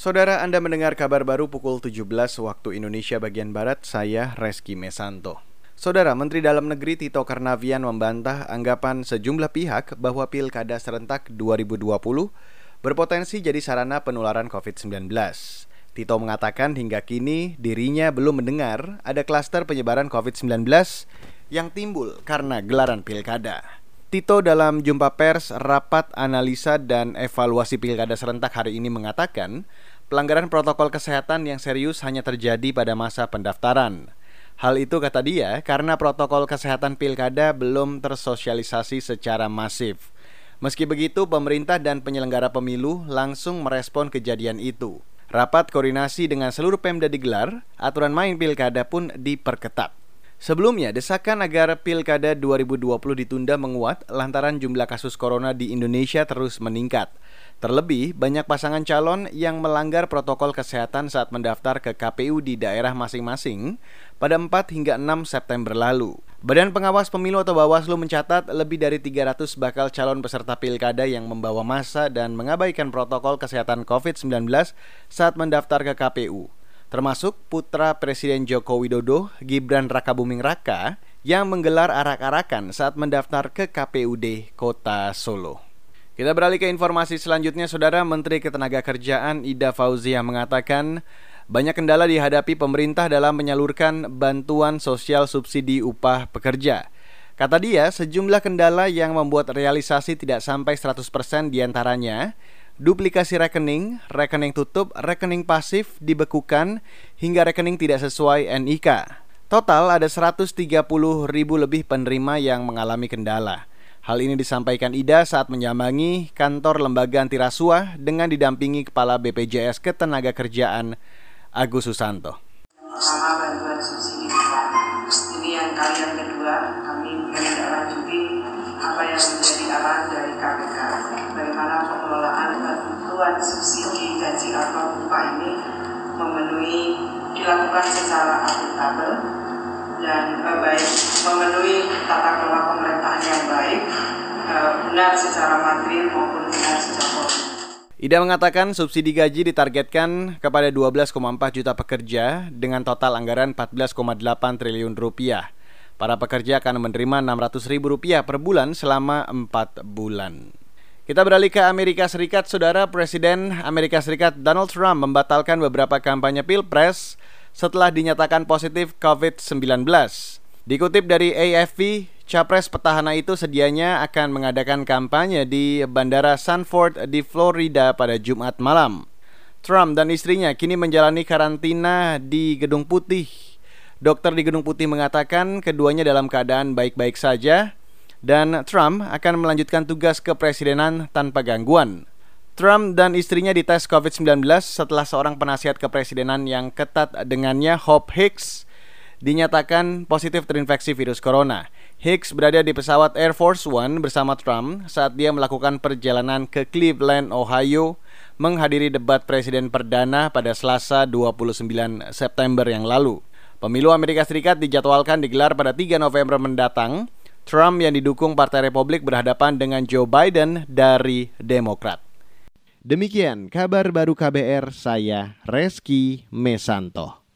Saudara, Anda mendengar kabar baru pukul 17 waktu Indonesia bagian Barat, saya Reski Mesanto. Saudara, Menteri Dalam Negeri Tito Karnavian membantah anggapan sejumlah pihak bahwa Pilkada serentak 2020 berpotensi jadi sarana penularan COVID-19. Tito mengatakan hingga kini dirinya belum mendengar ada klaster penyebaran COVID-19 yang timbul karena gelaran Pilkada. Tito dalam jumpa pers rapat analisa dan evaluasi Pilkada serentak hari ini mengatakan pelanggaran protokol kesehatan yang serius hanya terjadi pada masa pendaftaran. Hal itu kata dia karena protokol kesehatan Pilkada belum tersosialisasi secara masif. Meski begitu, pemerintah dan penyelenggara pemilu langsung merespon kejadian itu. Rapat koordinasi dengan seluruh Pemda digelar, aturan main Pilkada pun diperketat. Sebelumnya, desakan agar Pilkada 2020 ditunda menguat lantaran jumlah kasus corona di Indonesia terus meningkat. Terlebih, banyak pasangan calon yang melanggar protokol kesehatan saat mendaftar ke KPU di daerah masing-masing pada 4 hingga 6 September lalu. Badan Pengawas Pemilu atau Bawaslu mencatat lebih dari 300 bakal calon peserta Pilkada yang membawa massa dan mengabaikan protokol kesehatan COVID-19 saat mendaftar ke KPU. Termasuk putra Presiden Joko Widodo, Gibran Rakabuming Raka, yang menggelar arak-arakan saat mendaftar ke KPUD Kota Solo. Kita beralih ke informasi selanjutnya, Saudara. Menteri Ketenagakerjaan Ida Fauziah mengatakan banyak kendala dihadapi pemerintah dalam menyalurkan bantuan sosial subsidi upah pekerja. Kata dia, sejumlah kendala yang membuat realisasi tidak sampai 100% diantaranya duplikasi rekening, rekening tutup, rekening pasif dibekukan, hingga rekening tidak sesuai NIK. Total ada 130.000 lebih penerima yang mengalami kendala. Hal ini disampaikan Ida saat menyambangi kantor lembaga anti rasuah dengan didampingi Kepala BPJS Ketenagakerjaan Agus Susanto. Pertama, bantuan subsidi upah. Ini yang kali yang kedua, kami menindaklanjuti apa yang menjadi arahan dari KPK. Bagaimana pengelolaan bantuan subsidi gaji atau upah ini dilakukan secara akuntabel dan baik, memenuhi tata kelola pemerintahan yang baik, benar secara material maupun benar secara formil. Ida mengatakan subsidi gaji ditargetkan kepada 12,4 juta pekerja dengan total anggaran 14,8 triliun rupiah. Para pekerja akan menerima Rp600.000 per bulan selama 4 bulan. Kita beralih ke Amerika Serikat, Saudara. Presiden Amerika Serikat Donald Trump membatalkan beberapa kampanye Pilpres setelah dinyatakan positif COVID-19. Dikutip dari AFP, capres petahana itu sedianya akan mengadakan kampanye di Bandara Sanford di Florida pada Jumat malam. Trump dan istrinya kini menjalani karantina di Gedung Putih. Dokter di Gedung Putih mengatakan keduanya dalam keadaan baik-baik saja dan Trump akan melanjutkan tugas kepresidenan tanpa gangguan. Trump dan istrinya dites COVID-19 setelah seorang penasihat kepresidenan yang ketat dengannya, Hope Hicks, dinyatakan positif terinfeksi virus corona. Hicks berada di pesawat Air Force One bersama Trump saat dia melakukan perjalanan ke Cleveland, Ohio, menghadiri debat presiden perdana pada Selasa 29 September yang lalu. Pemilu Amerika Serikat dijadwalkan digelar pada 3 November mendatang. Trump yang didukung Partai Republik berhadapan dengan Joe Biden dari Demokrat. Demikian kabar baru KBR, saya Reski Mesanto.